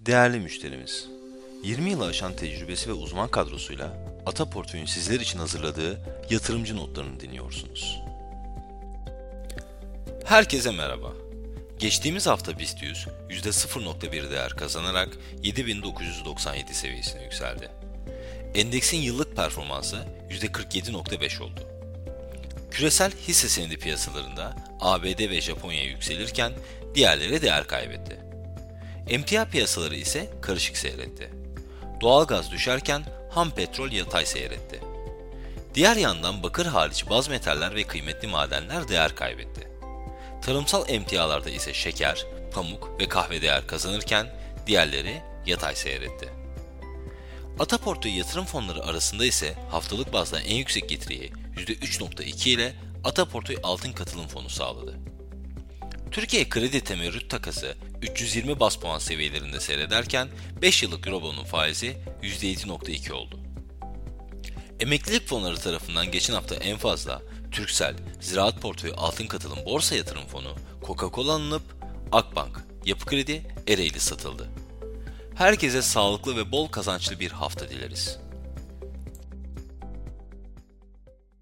Değerli müşterimiz, 20 yılı aşan tecrübesi ve uzman kadrosuyla Ata Portföy'ün sizler için hazırladığı yatırımcı notlarını dinliyorsunuz. Herkese merhaba. Geçtiğimiz hafta BIST 100 %0.1 değer kazanarak 7997 seviyesine yükseldi. Endeksin yıllık performansı %47.5 oldu. Küresel hisse senedi piyasalarında ABD ve Japonya yükselirken diğerleri değer kaybetti. Emtia piyasaları ise karışık seyretti. Doğalgaz düşerken ham petrol yatay seyretti. Diğer yandan bakır hariç baz metaller ve kıymetli madenler değer kaybetti. Tarımsal emtialarda ise şeker, pamuk ve kahve değer kazanırken diğerleri yatay seyretti. Ata Portföy yatırım fonları arasında ise haftalık bazda en yüksek getiriyi %3.2 ile Ata Portföy Altın Katılım Fonu sağladı. Türkiye kredi temerrüt takası 320 baz puan seviyelerinde seyrederken 5 yıllık Eurobond'un faizi %7.2 oldu. Emeklilik fonları tarafından geçen hafta en fazla Turkcell, Ziraat Portföy Altın Katılım Borsa Yatırım Fonu, Coca-Cola alınıp Akbank, Yapı Kredi, Ereğli satıldı. Herkese sağlıklı ve bol kazançlı bir hafta dileriz.